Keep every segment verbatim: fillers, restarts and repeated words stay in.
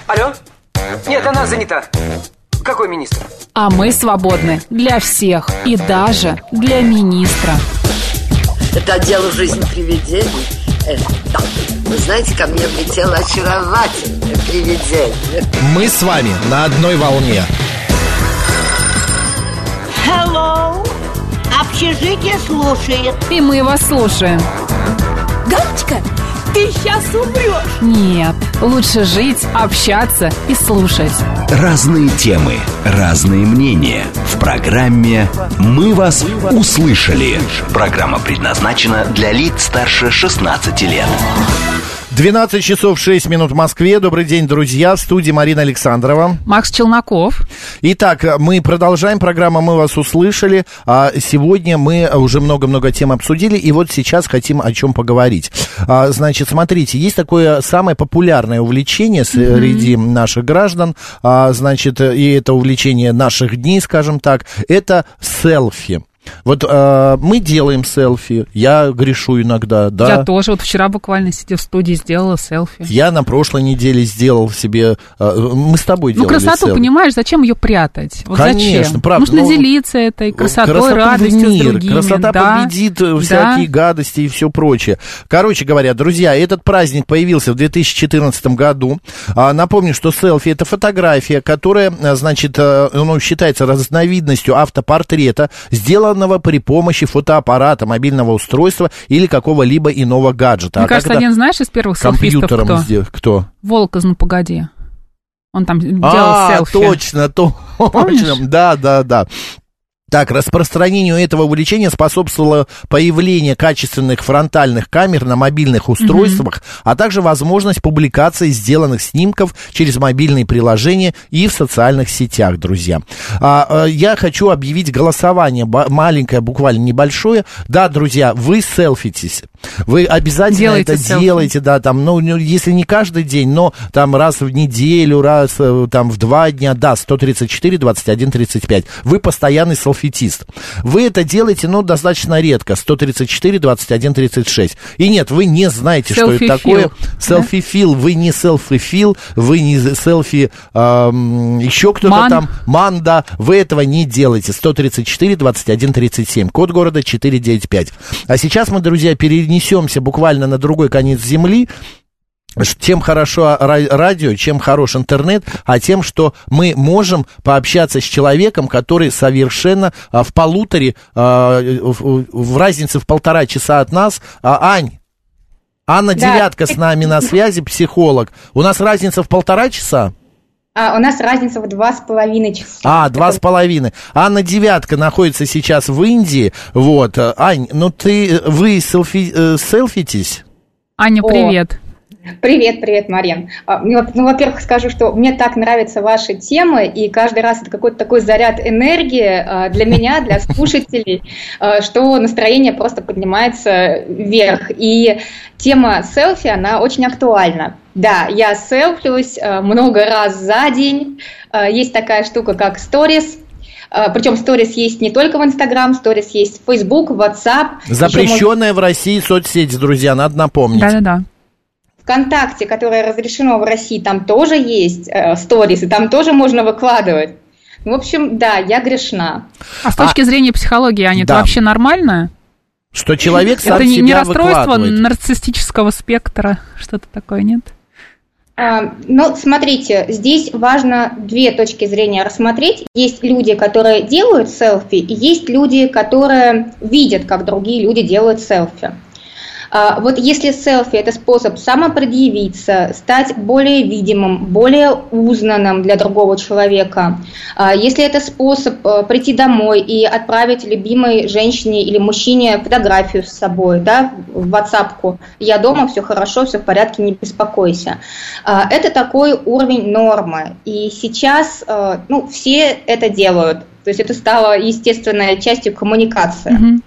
Алло? Нет, она занята. Какой министр? А мы свободны для всех и даже для министра. Это отдел «Жизнь привидений». Э, да. Вы знаете, ко мне влетело очаровательное привидение. Мы с вами на одной волне. Hello. Общежитие слушает. И мы вас слушаем. Галочка, ты сейчас умрешь. Нет, лучше жить, общаться и слушать. Разные темы, разные мнения. В программе «Мы вас услышали». Программа предназначена для лиц старше шестнадцати лет. двенадцать часов шесть минут в Москве. Добрый день, друзья. В студии Марина Александрова. Макс Челноков. Итак, мы продолжаем программу «Мы вас услышали». А сегодня мы уже много-много тем обсудили, и вот сейчас хотим о чем поговорить. А, значит, смотрите, есть такое самое популярное увлечение среди mm-hmm. наших граждан, а, значит, и это увлечение наших дней, скажем так, это селфи. Вот э, мы делаем селфи, я грешу иногда, да. Я тоже, вот вчера буквально сидя в студии, сделала селфи. Я на прошлой неделе сделал себе, э, мы с тобой делали селфи. Ну, красоту, селфи. Понимаешь, зачем ее прятать? Вот конечно, зачем? правда. Нужно но... делиться этой красотой, радостью с другими. Красота да? победит всякие да? гадости и все прочее. Короче говоря, друзья, этот праздник появился в две тысячи четырнадцатом году. А, напомню, что селфи — это фотография, которая, значит, ну, считается разновидностью автопортрета, сделанного при помощи фотоаппарата, мобильного устройства или какого-либо иного гаджета. Мне а кажется, один, знаешь, из первых селфистов кто? Сдел... кто? Волк из «Ну, погоди». Он там делал а, селфи. точно, точно. Да, да, да. Так, распространению этого увлечения способствовало появление качественных фронтальных камер на мобильных устройствах, mm-hmm. а также возможность публикации сделанных снимков через мобильные приложения и в социальных сетях, друзья. А, а, я хочу объявить голосование, маленькое, буквально небольшое. Да, друзья, вы селфитесь. Вы обязательно делайте это селфи. Делаете, да, там, ну, если не каждый день, но там раз в неделю, раз там в два дня, да, сто тридцать четыре двадцать один тридцать пять. Вы постоянный селфитист. Вы это делаете, ну, достаточно редко. сто тридцать четыре двадцать один тридцать шесть. И нет, вы не знаете, что это такое. Селфи-фил. Вы не селфи-фил, вы не селфи, эм, еще кто-то Ман. там. Манда. Вы этого не делаете. сто тридцать четыре двадцать один тридцать семь. Код города четыреста девяносто пять. А сейчас мы, друзья, перенесемся буквально на другой конец земли. Чем хорошо радио, чем хорош интернет, а тем, что мы можем пообщаться с человеком, который совершенно а, в полуторе, а, в, в разнице в полтора часа от нас. А, Ань, Анна да. Девятка с нами на связи, психолог. У нас разница в полтора часа? А, у нас разница в два с половиной часа. А, два с половиной. Анна Девятка находится сейчас в Индии. Вот, Ань, ну ты, вы селфи, э, селфитесь? Аня, привет. О. Привет, привет, Марин. Ну, во-первых, скажу, что мне так нравятся ваши темы, и каждый раз это какой-то такой заряд энергии для меня, для слушателей, что настроение просто поднимается вверх. И тема селфи, она очень актуальна. Да, я селфлюсь много раз за день. Есть такая штука, как сторис. Причем сторис есть не только в Инстаграм, сторис есть в Фейсбук, в WhatsApp. Запрещенная можно... в России соцсеть, друзья, надо напомнить. Да-да-да. ВКонтакте, которое разрешено в России, там тоже есть э, сторисы, там тоже можно выкладывать. В общем, да, я грешна. А с точки а, зрения психологии, Аня, да. это вообще нормально? Что человек сам это себя не расстройство выкладывает. Нарциссического спектра, что-то такое, нет? А, ну, смотрите, здесь важно две точки зрения рассмотреть. Есть люди, которые делают селфи, и есть люди, которые видят, как другие люди делают селфи. Вот если селфи – это способ самопредъявиться, стать более видимым, более узнанным для другого человека, если это способ прийти домой и отправить любимой женщине или мужчине фотографию с собой, да, в WhatsApp-ку, я дома, все хорошо, все в порядке, не беспокойся. Это такой уровень нормы. И сейчас ну, все это делают. То есть это стало естественной частью коммуникации. Mm-hmm.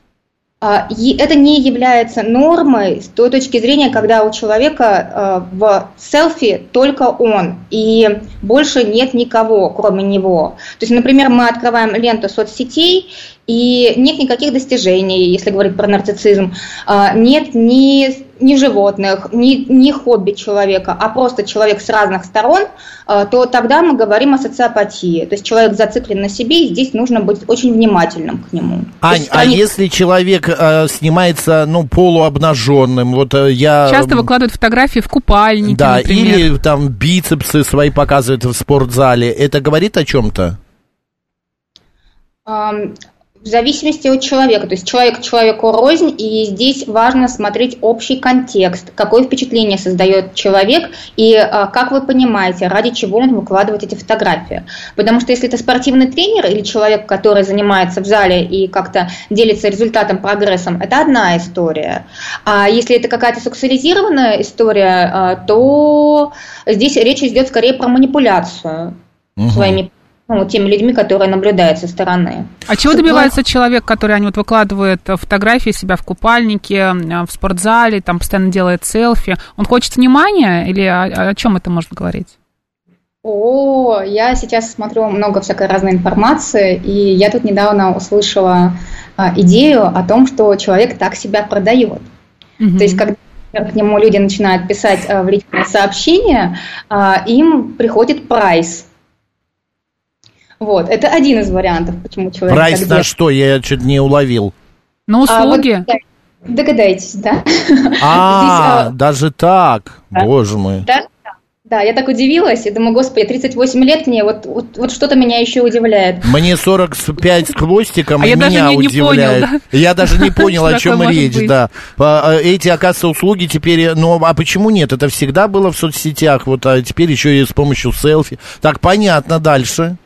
Это не является нормой с той точки зрения, когда у человека в селфи только он, и больше нет никого, кроме него. То есть, например, мы открываем ленту соцсетей, и нет никаких достижений, если говорить про нарциссизм, нет ни ни животных, ни, ни хобби человека, а просто человек с разных сторон, то тогда мы говорим о социопатии. То есть человек зациклен на себе, и здесь нужно быть очень внимательным к нему. Ань, есть, а они... если человек э, снимается, ну, полуобнаженным, вот э, я... Часто выкладывают фотографии в купальнике, да, например. или там бицепсы свои показывают в спортзале, это говорит о чем-то? Um... В зависимости от человека, то есть человек человеку рознь, и здесь важно смотреть общий контекст, какое впечатление создает человек, и а, как вы понимаете, ради чего он выкладывает эти фотографии. Потому что если это спортивный тренер или человек, который занимается в зале и как-то делится результатом, прогрессом, это одна история. А если это какая-то сексуализированная история, а, то здесь речь идет скорее про манипуляцию угу. своими ну, теми людьми, которые наблюдают со стороны. А чего добивается человек, который они вот выкладывает фотографии себя в купальнике, в спортзале, там постоянно делает селфи? Он хочет внимания или о, о чем это может говорить? О, я сейчас смотрю много всякой разной информации, и я тут недавно услышала а, идею о том, что человек так себя продает. Mm-hmm. То есть, когда к нему люди начинают писать а, в личные сообщения, а, им приходит прайс. Вот, это один из вариантов, почему человек... Прайс так на делает. Что, я чуть не уловил. На услуги? А, вот, догадайтесь, да? А, Здесь, даже так, да. Боже мой. Да, да, я так удивилась, и думаю, господи, тридцать восемь лет мне, вот, вот, вот что-то меня еще удивляет. Мне сорок пять с хвостиком, а и я меня даже не, не удивляет. Понял, да? Я даже не понял, о чем речь, да. Эти, оказывается, услуги теперь, ну, а почему нет? Это всегда было в соцсетях, вот, а теперь еще и с помощью селфи. Так, понятно, дальше.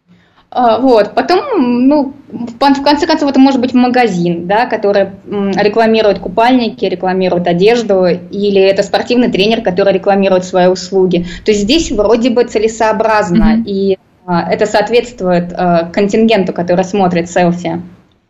Вот, потом, ну, в конце концов, это может быть магазин, да, который рекламирует купальники, рекламирует одежду, или это спортивный тренер, который рекламирует свои услуги. То есть здесь вроде бы целесообразно, mm-hmm. и а, это соответствует а, контингенту, который смотрит селфи.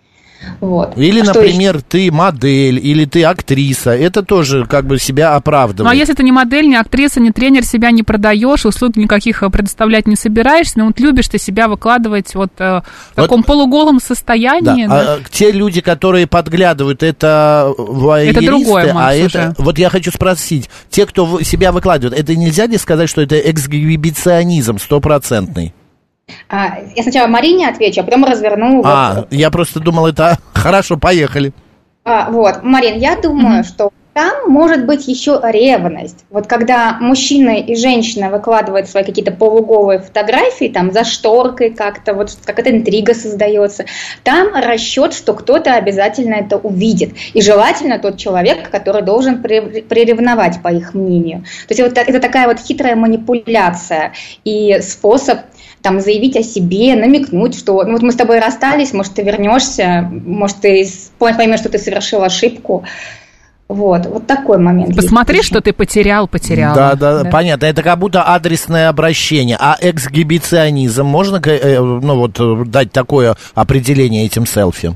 Вот. Или, а например, еще? Ты модель, или ты актриса, это тоже как бы себя оправдывает. Ну, а если ты не модель, не актриса, не тренер, себя не продаешь, услуг никаких предоставлять не собираешься, но вот любишь ты себя выкладывать вот э, в вот, таком полуголом состоянии. Да. Да? А, те люди, которые подглядывают, это вайеристы, это другое, Макс, а уже. это, вот я хочу спросить, те, кто себя выкладывает, это нельзя ли сказать, что это эксгибиционизм стопроцентный? А, я сначала Марине отвечу, а потом разверну. А, вот. я просто думал, это хорошо, поехали. А, вот, Марин, я думаю, mm-hmm. что там может быть еще ревность. Вот когда мужчина и женщина выкладывают свои какие-то полуголые фотографии, там за шторкой как-то, вот какая-то интрига создается, там расчет, что кто-то обязательно это увидит. И желательно тот человек, который должен приревновать, по их мнению. То есть вот это такая вот хитрая манипуляция и способ там заявить о себе, намекнуть, что ну вот мы с тобой расстались, может, ты вернешься, может, ты поймешь, что ты совершил ошибку. Вот, вот такой момент. Посмотри, есть. Что ты потерял, потерял. Да, да, да, понятно. Это как будто адресное обращение. А эксгибиционизм, можно ну, вот, дать такое определение этим селфи?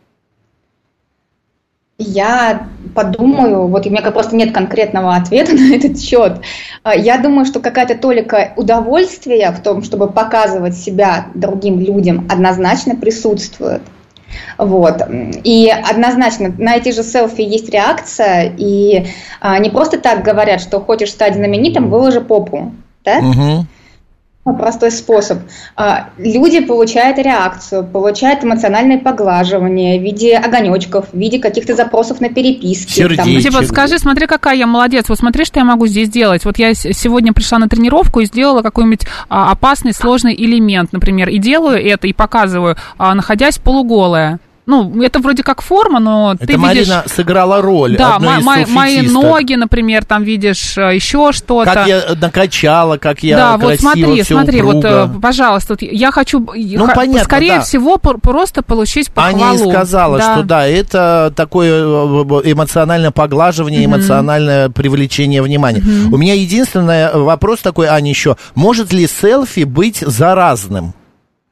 Я подумаю, вот у меня просто нет конкретного ответа на этот счет. Я думаю, что какая-то толика удовольствия в том, чтобы показывать себя другим людям, однозначно присутствует. Вот. И однозначно на эти же селфи есть реакция, и а, не просто так говорят, что хочешь стать знаменитым, выложи попу. Да? Угу. Простой способ. Люди получают реакцию, получают эмоциональное поглаживание в виде огонечков, в виде каких-то запросов на переписки. Сердечек. Типа, скажи, смотри, какая я молодец, вот смотри, что я могу здесь делать. Вот я сегодня пришла на тренировку и сделала какой-нибудь опасный, сложный элемент, например, и делаю это, и показываю, находясь полуголая. Ну, это вроде как форма, но это ты Марина видишь... сыграла роль да, одной из мои, мои ноги, например, там видишь еще что-то. Как я накачала, как я да, красиво, вот смотри, все смотри, упруго. вот, пожалуйста, вот я хочу, ну, х- понятно, скорее да. всего, просто получить похвалу. Аня и сказала, да. что да, это такое эмоциональное поглаживание, mm-hmm. эмоциональное привлечение внимания. Mm-hmm. У меня единственный вопрос такой, Аня, еще. Может ли селфи быть заразным?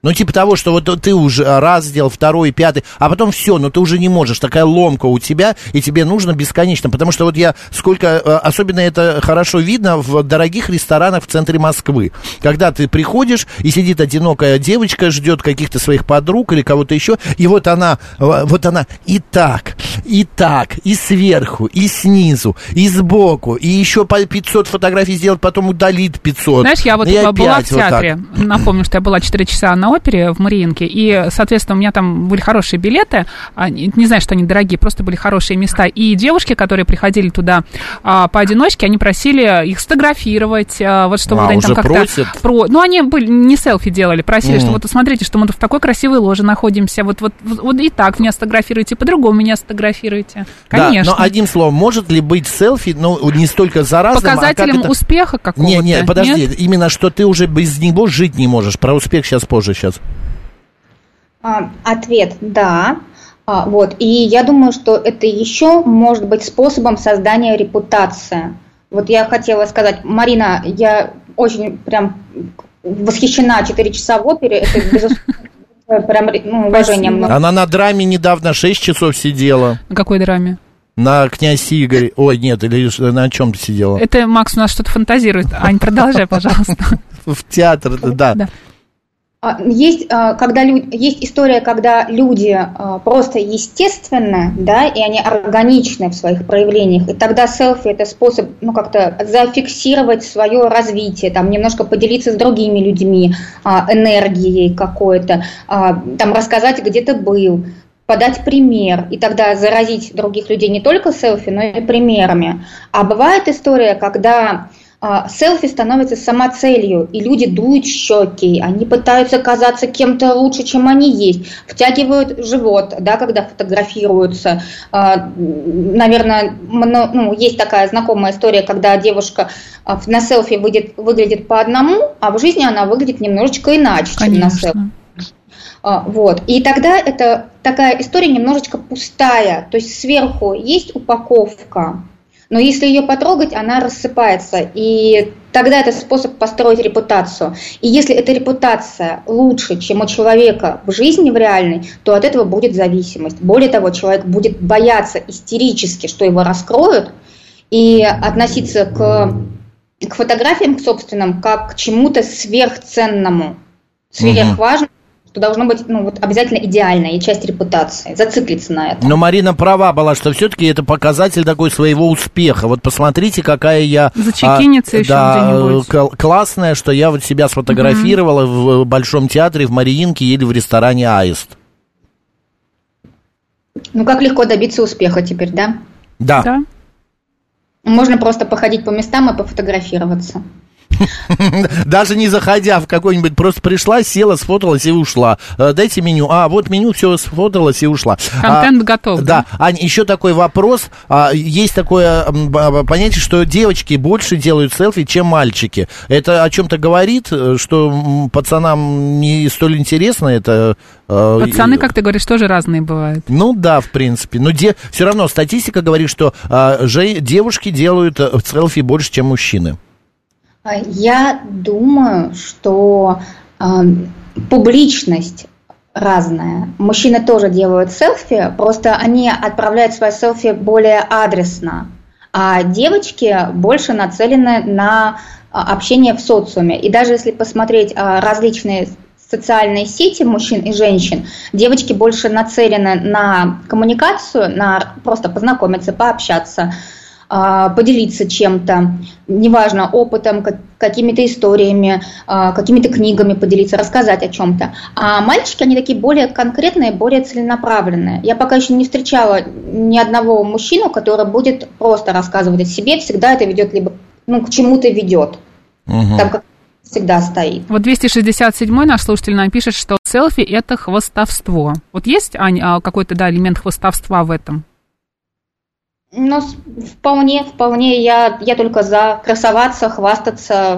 Ну, типа того, что вот ты уже раз сделал, второй, пятый, а потом все, но ты уже не можешь, такая ломка у тебя, и тебе нужно бесконечно, потому что вот я сколько, особенно это хорошо видно в дорогих ресторанах в центре Москвы, когда ты приходишь, и сидит одинокая девочка, ждет каких-то своих подруг или кого-то еще, и вот она, вот она и так, и так, и сверху, и снизу, и сбоку, и еще по пятьсот фотографий сделать, потом удалит пятьсот. Знаешь, я вот была в театре, вот напомню, что я была четыре часа на опере в Мариинке, и, соответственно, у меня там были хорошие билеты, не знаю, что они дорогие, просто были хорошие места, и девушки, которые приходили туда а, поодиночке, они просили их сфотографировать, а, вот чтобы а, они уже там как-то... просят? Про... Ну, они были, не селфи делали, просили, mm. что вот смотрите, что мы в такой красивой ложе находимся, вот, вот, вот и так меня сфотографируйте, по-другому меня сфотографируйте. Конечно. Да, но одним словом, может ли быть селфи, ну, не столько заразным, показателем а как это... успеха какого-то? Не, не, подожди, нет? Именно что ты уже без него жить не можешь. Про успех сейчас позже сейчас. А, ответ – да. А, вот. И я думаю, что это еще может быть способом создания репутации. Вот я хотела сказать, Марина, я очень прям восхищена четыре часа в опере. Это, безусловно, прям ну, уважение. Она на драме недавно шесть часов сидела. На какой драме? На «Князь Игорь». Ой, нет, или на чем ты сидела? Это Макс у нас что-то фантазирует. Ань, продолжай, пожалуйста. В театр, да. Есть, когда люди, есть история, когда люди просто естественны, да, и они органичны в своих проявлениях, и тогда селфи – это способ, ну, как-то зафиксировать свое развитие, там, немножко поделиться с другими людьми энергией какой-то, там, рассказать, где ты был, подать пример, и тогда заразить других людей не только селфи, но и примерами. А бывает история, когда а, селфи становится самоцелью, и люди дуют щеки, они пытаются казаться кем-то лучше, чем они есть, втягивают живот, да, когда фотографируются. А, наверное, ну, есть такая знакомая история, когда девушка на селфи выглядит, выглядит по одному, а в жизни она выглядит немножечко иначе, Конечно. чем на селфи. Вот. И тогда это такая история немножечко пустая, то есть сверху есть упаковка, но если ее потрогать, она рассыпается, и тогда это способ построить репутацию. И если эта репутация лучше, чем у человека в жизни, в реальной, то от этого будет зависимость. Более того, человек будет бояться истерически, что его раскроют, и относиться к, к фотографиям, к собственным, как к чему-то сверхценному, сверхважному. Что должно быть, ну, вот обязательно идеальная и часть репутации, зациклиться на этом. Но Марина права была, что все-таки это показатель такой своего успеха. Вот посмотрите, какая я... Зачекинется а, еще да, где-нибудь. К- классная, что я вот себя сфотографировала mm-hmm. в Большом театре, в Мариинке или в ресторане «Аист». Ну, как легко добиться успеха теперь, да? Да. да. Можно просто походить по местам и пофотографироваться. Даже не заходя в какой-нибудь, просто пришла, села, сфоталась и ушла. Дайте меню. А, вот меню, все, сфоталась и ушла. Контент а, готов. Да. да. Ань, еще такой вопрос. А, есть такое понятие, что девочки больше делают селфи, чем мальчики. Это о чем-то говорит, что пацанам не столь интересно это? Пацаны, как ты говоришь, тоже разные бывают. Ну да, в принципе. Но де... все равно статистика говорит, что а, же... девушки делают селфи больше, чем мужчины. Я думаю, что э, публичность разная. Мужчины тоже делают селфи, просто они отправляют свои селфи более адресно, а девочки больше нацелены на общение в социуме. И даже если посмотреть э, различные социальные сети мужчин и женщин, девочки больше нацелены на коммуникацию, на просто познакомиться, пообщаться, поделиться чем-то, неважно, опытом, какими-то историями, какими-то книгами поделиться, рассказать о чем-то. А мальчики, они такие более конкретные, более целенаправленные. Я пока еще не встречала ни одного мужчину, который будет просто рассказывать о себе, всегда это ведет либо, ну, к чему-то ведет. Угу. Там как всегда стоит. Вот двести шестьдесят седьмой наш слушатель нам пишет, что селфи – это хвастовство. Вот есть, Ань, какой-то, да, элемент хвастовства в этом? Ну, вполне, вполне. Я, я только за красоваться, хвастаться.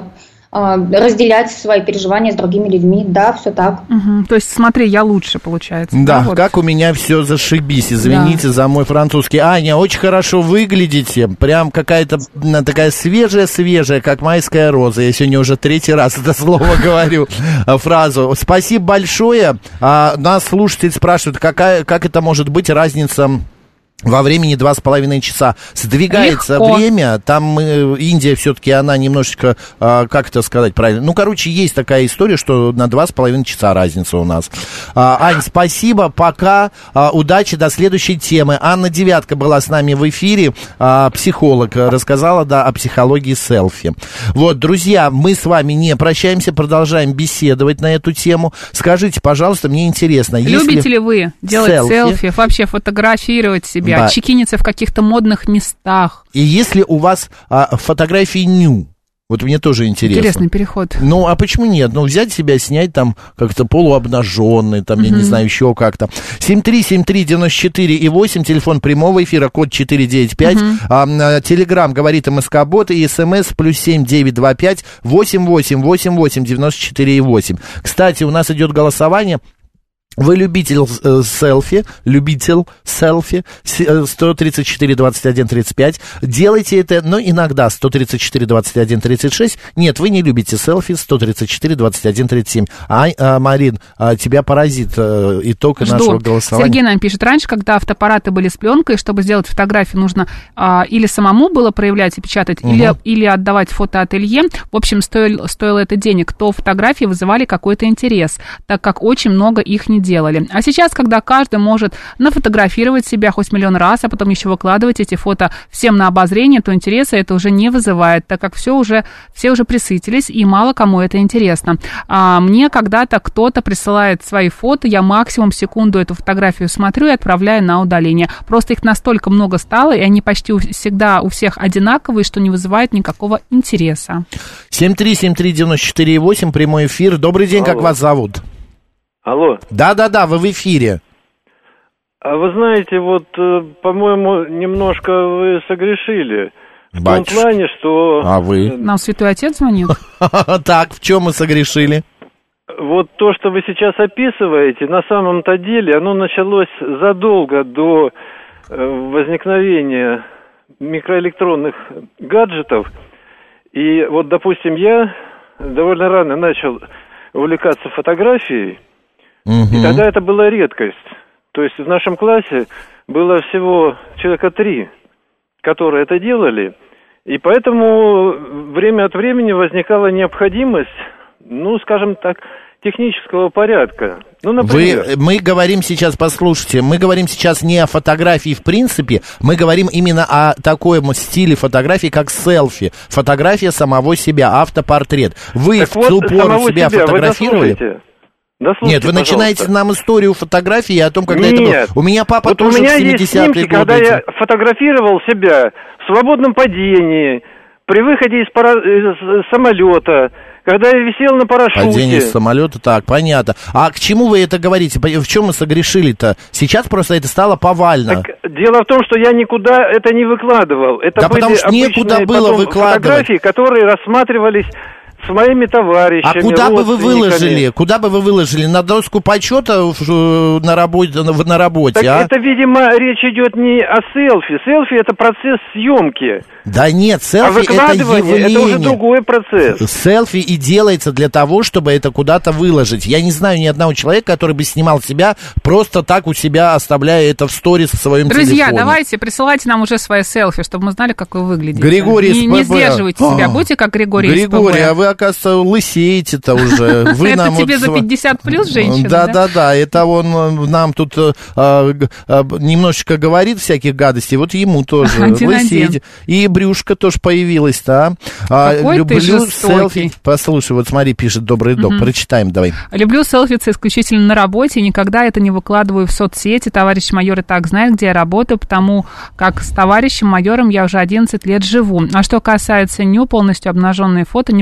разделять свои переживания с другими людьми. Да, все так. Угу. То есть, смотри, я лучше, получается. Да, да вот. Как у меня все зашибись, извините да. за мой французский. Аня, очень хорошо выглядите, прям какая-то такая свежая-свежая, как майская роза. Я сегодня уже третий раз это слово говорю, фразу. Спасибо большое. Нас слушатель спрашивает, какая, как это может быть разница... Во времени два с половиной часа сдвигается Легко. время, там э, Индия все-таки, она немножечко, э, как это сказать правильно, ну, короче, есть такая история, что на два с половиной часа разница у нас. А, Ань, спасибо, пока, а, удачи, до следующей темы. Анна Девятка была с нами в эфире, а, психолог, рассказала, да, о психологии селфи. Вот, друзья, мы с вами не прощаемся, продолжаем беседовать на эту тему. Скажите, пожалуйста, мне интересно, любите если... ли вы делать селфи, селфи вообще фотографировать себя? Да. Чекиниться в каких-то модных местах. И если у вас а, фотографии ню, вот мне тоже интересно. Интересный переход. Ну, а почему нет? Ну, взять себя, снять там как-то полуобнаженный, там, mm-hmm. я не знаю, еще как-то. семь три семь три девять четыре и восемь, телефон прямого эфира, код четыре девять пять. Mm-hmm. Телеграм говорит МСК-бот и СМС плюс семь девять два пять восемь восемь восемь восемь девяносто четыре и восемь. Кстати, у нас идет голосование. Вы любитель э, селфи, любитель селфи, сто тридцать четыре двадцать один тридцать пять, делайте это, но иногда сто тридцать четыре двадцать один тридцать шесть, нет, вы не любите селфи, сто тридцать четыре двадцать один тридцать семь. А, а Марин, а, тебя поразит э, итог Жду. нашего голосования. Сергей нам пишет, раньше, когда автоаппараты были с пленкой, чтобы сделать фотографию, нужно а, или самому было проявлять и печатать, угу. или, или отдавать фотоателье. В общем, стоило, стоило это денег, то фотографии вызывали какой-то интерес, так как очень много их не делали. А сейчас, когда каждый может нафотографировать себя хоть миллион раз, а потом еще выкладывать эти фото всем на обозрение, то интереса это уже не вызывает, так как все уже, все уже пресытились, и мало кому это интересно. А мне когда-то кто-то присылает свои фото, я максимум секунду эту фотографию смотрю и отправляю на удаление. Просто их настолько много стало, и они почти всегда у всех одинаковые, что не вызывает никакого интереса. семь три семь три девять четыре восемь, прямой эфир. Добрый день, Алло. Как вас зовут? Алло. Да-да-да, вы в эфире. А вы знаете, вот, по-моему, немножко вы согрешили. В Батюшка. том плане, что... А вы? Нам Святой Отец звонит. Так, в чем мы согрешили? Вот то, что вы сейчас описываете, на самом-то деле, оно началось задолго до возникновения микроэлектронных гаджетов. И вот, допустим, я довольно рано начал увлекаться фотографией. Угу. И тогда это была редкость. То есть в нашем классе было всего человека три, которые это делали. И поэтому время от времени возникала необходимость, ну, скажем так, технического порядка. Ну, например... Вы, мы говорим сейчас, послушайте, мы говорим сейчас не о фотографии в принципе, мы говорим именно о таком стиле фотографии, как селфи. Фотография самого себя, автопортрет. Вы так в вот, упор себя, себя фотографировали? Дослушайте, Нет, вы пожалуйста. начинаете нам историю фотографии о том, когда Нет. это было. У меня папа вот тоже у меня в семидесятые есть снимки, годы. Когда я фотографировал себя в свободном падении, при выходе из, пара... из самолета, когда я висел на парашюте. Падение из самолета, так, понятно. А к чему вы это говорите? В чем мы согрешили-то? Сейчас просто это стало повально. Так, дело в том, что я никуда это не выкладывал. Это да были потому что некуда было выкладывать. Фотографии, которые рассматривались с моими товарищами. А куда бы вы выложили? Куда бы вы выложили? На доску почета на работе, на работе, так а? Это, видимо, речь идет не о селфи. Селфи — это процесс съемки. Да нет, селфи а это явление. Это уже другой процесс. Селфи и делается для того, чтобы это куда-то выложить. Я не знаю ни одного человека, который бы снимал себя просто так у себя, оставляя это в сторис в своем Друзья, телефоне. Друзья, давайте, присылайте нам уже свои селфи, чтобы мы знали, как вы выглядите. Григорий не, не сдерживайте себя, а, будьте как Григорий Григорий, а вы, оказывается, лысеете-то уже. Вы это тебе за пятьдесят плюс женщина, да? Да, да, да, это он нам тут немножечко говорит всяких гадостей, вот ему тоже лысеете. И брюшко тоже появилось-то, а? Какой Люблю ты селфи. Послушай, вот смотри, пишет добрый док, угу. Прочитаем давай. Люблю селфиться исключительно на работе, никогда это не выкладываю в соцсети. Товарищ майор и так знает, где я работаю, потому как с товарищем майором я уже одиннадцать лет живу. А что касается ню, полностью обнаженные фото не практикую.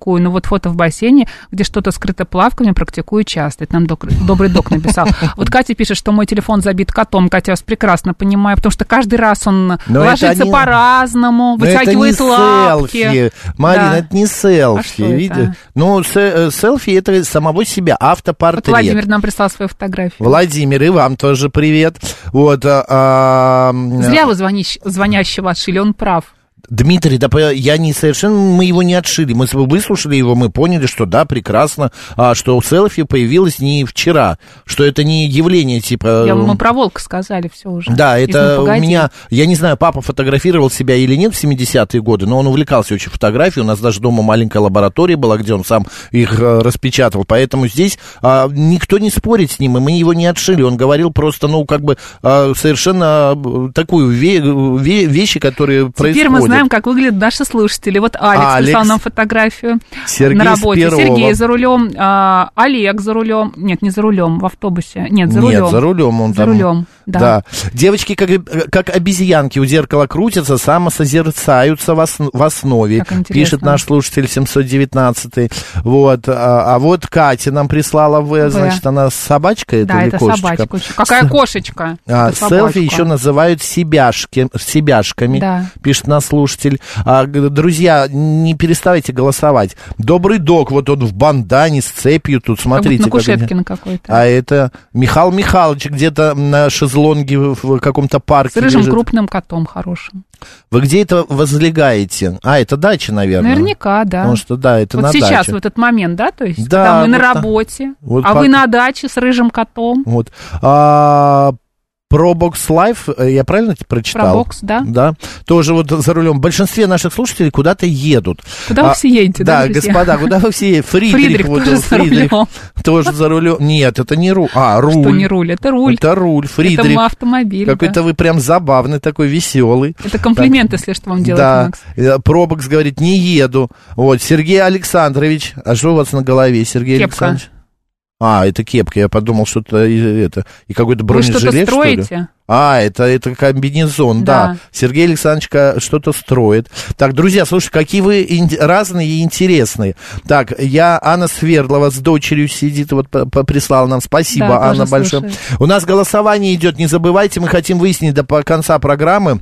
практикую, но вот фото в бассейне, где что-то скрыто плавками, практикую часто. Это нам док, добрый док написал. Вот Катя пишет, что мой телефон забит котом. Катя, я вас прекрасно понимаю, потому что каждый раз он но ложится не... по-разному, вытягивает лапки. Селфи. Марина, да. Это не селфи. А видите? Ну, селфи это самого себя, автопортрет. Вот Владимир нам прислал свою фотографию. Владимир, и вам тоже привет. Вот, а... Зря вы звонящ... звонящего отшили, он прав. Дмитрий, да я не совершенно, мы его не отшили, мы выслушали его, мы поняли, что да, прекрасно, а, что селфи появилось не вчера, что это не явление типа... Я, мы про волка сказали все уже. Да, это у меня, я не знаю, папа фотографировал себя или нет в семидесятые годы, но он увлекался очень фотографией, у нас даже дома маленькая лаборатория была, где он сам их распечатал, поэтому здесь а, никто не спорит с ним, и мы его не отшили, он говорил просто, ну, как бы, а, совершенно такую ве- ве- вещи, которые Теперь происходят. Теперь мы знаем, как выглядят наши слушатели. Вот Алекс, Алекс прислал нам фотографию Сергей на работе. Сперова. Сергей за рулем, а, Олег за рулем. Нет, не за рулем, в автобусе. Нет, за рулем. Нет, за рулем он за там. рулем, да. да. Девочки, как, как обезьянки у зеркала крутятся, самосозерцаются в, ос, в основе. Пишет наш слушатель семьсот девятнадцатый. Вот. А, а вот Катя нам прислала, в, значит, она собачка это да, или это кошечка? Собачка. Какая кошечка? А, селфи еще называют себяшки, себяшками. Да. Пишет наш слушатель. А, друзья, не переставайте голосовать. Добрый док, вот он в бандане с цепью тут, смотрите. Как будто на Кушеткина какой-то. А это Михаил Михайлович где-то на шезлонге в каком-то парке с рыжим лежит. Крупным котом хорошим. Вы где это возлегаете? А, это дача, наверное. Наверняка, да. Потому что, да, это вот на сейчас, даче. в этот момент, да, то есть, да, когда мы вот на так. работе, Вот а по... вы на даче с рыжим котом. Вот. А... Probox Life, я правильно прочитал? Probox, да. Да, тоже вот за рулем. В большинстве наших слушателей куда-то едут. Куда а, вы все едете, да, Да, друзья? господа, куда вы все едете? Фридрих, Фридрих, вот, тоже, Фридрих за тоже за рулем. Нет, это не руль. А, руль. Что не руль? Это руль. Это руль, Фридрих. Это автомобиль. Какой-то да. Вы прям забавный такой, веселый. Это комплимент, так. Если что вам делать, да. Макс. Probox говорит, не еду. Вот, Сергей Александрович. А что у вас на голове, Сергей Кепка. Александрович? А, это кепка, я подумал, что это, это и какой-то бронежилет, Вы что-то строите? Что ли? А, это, это комбинезон, да. да. Сергей Александрович что-то строит. Так, друзья, слушайте, какие вы ин- разные и интересные. Так, я, Анна Свердлова с дочерью сидит, вот прислала нам. Спасибо, да, Анна, большое. Слушает. У нас голосование идет, не забывайте, мы хотим выяснить до конца программы.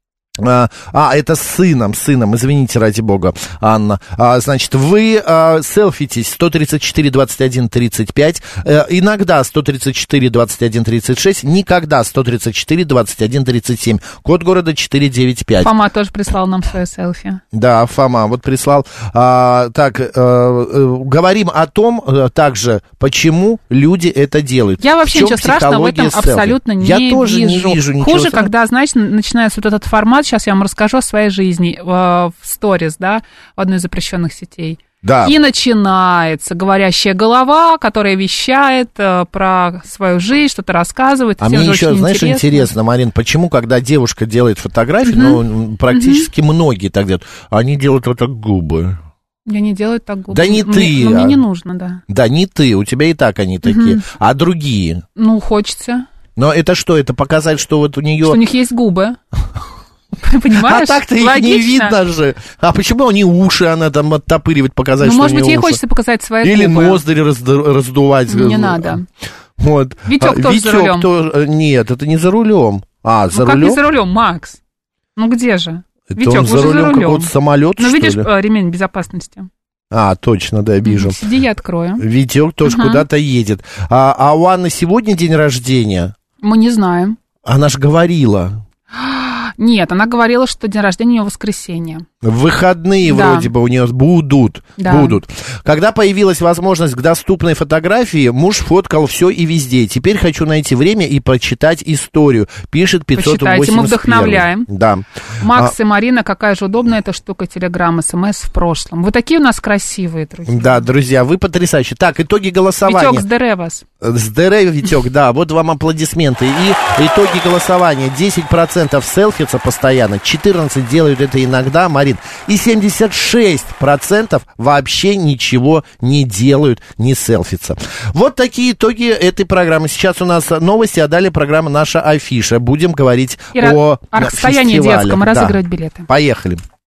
А, а, это с сыном, с сыном, извините, ради бога, Анна. А, значит, вы а, селфитесь сто тридцать четыре двадцать один тридцать пять, а, иногда сто тридцать четыре двадцать один тридцать шесть, никогда сто тридцать четыре двадцать один тридцать семь, код города четыреста девяносто пять. Фома тоже прислал нам свое селфи. Да, Фома вот прислал. А, так, а, а, говорим о том а, также, почему люди это делают. Я вообще ничего страшного в этом селфи? Абсолютно не Я вижу. Я тоже не вижу ничего Хуже, страшного. когда, знаете, начинается вот этот формат. Сейчас я вам расскажу о своей жизни в сторис, да, в одной из запрещенных сетей. Да. И начинается говорящая голова, которая вещает э, про свою жизнь, что-то рассказывает. А мне еще, знаешь, интересно. интересно, Марин, почему, когда девушка делает фотографии, mm-hmm. ну, практически mm-hmm. многие так делают, они делают вот так губы. Я не делаю так губы. Да не мне, ты. Но а... мне не нужно, да. Да, не ты, у тебя и так они mm-hmm. такие. А другие? Ну, хочется. Но это что, это показать, что вот у нее... Что у них есть губы. Понимаешь? А так-то их логично. Не видно же. А почему они уши, она там оттопыривать, показать, ну, что может у нее быть, ей уши? хочется показать свои Или губы. Или ноздри разду- раздувать. Не надо. Вот. Витек а, тоже Витек за рулем. То... Нет, это не за рулем. А, за ну, рулем? как не за рулем, Макс? Ну, где же? Это Витек, он за рулем какого-то самолета, ну, что видишь, ли? ремень безопасности. А, точно, да, вижу. Сиди, я открою. Витек тоже uh-huh. куда-то едет. А, а у Анны сегодня день рождения? Мы не знаем. Она же говорила. Нет, она говорила, что день рождения у нее воскресенье. В выходные да. вроде бы у нее будут, да. будут. Когда появилась возможность к доступной фотографии, муж фоткал все и везде. Теперь хочу найти время и прочитать историю. Пишет пятьсот восемьдесят один. Мы вдохновляем. Да. Макс а... и Марина, какая же удобная эта штука, Телеграм, СМС в прошлом. Вы такие у нас красивые, друзья. Да, друзья, вы потрясающие. Так, итоги голосования. Витек, здоровья вас. Здоровья, Витек, да, вот вам аплодисменты. И итоги голосования. десять процентов селфится постоянно, четырнадцать процентов делают это иногда, Марин. И семьдесят шесть процентов вообще ничего не делают, не селфится. Вот такие итоги этой программы. Сейчас у нас новости, а далее программа наша афиша. Будем говорить И о расстоянии детском, разыгрывать да. билеты. Поехали.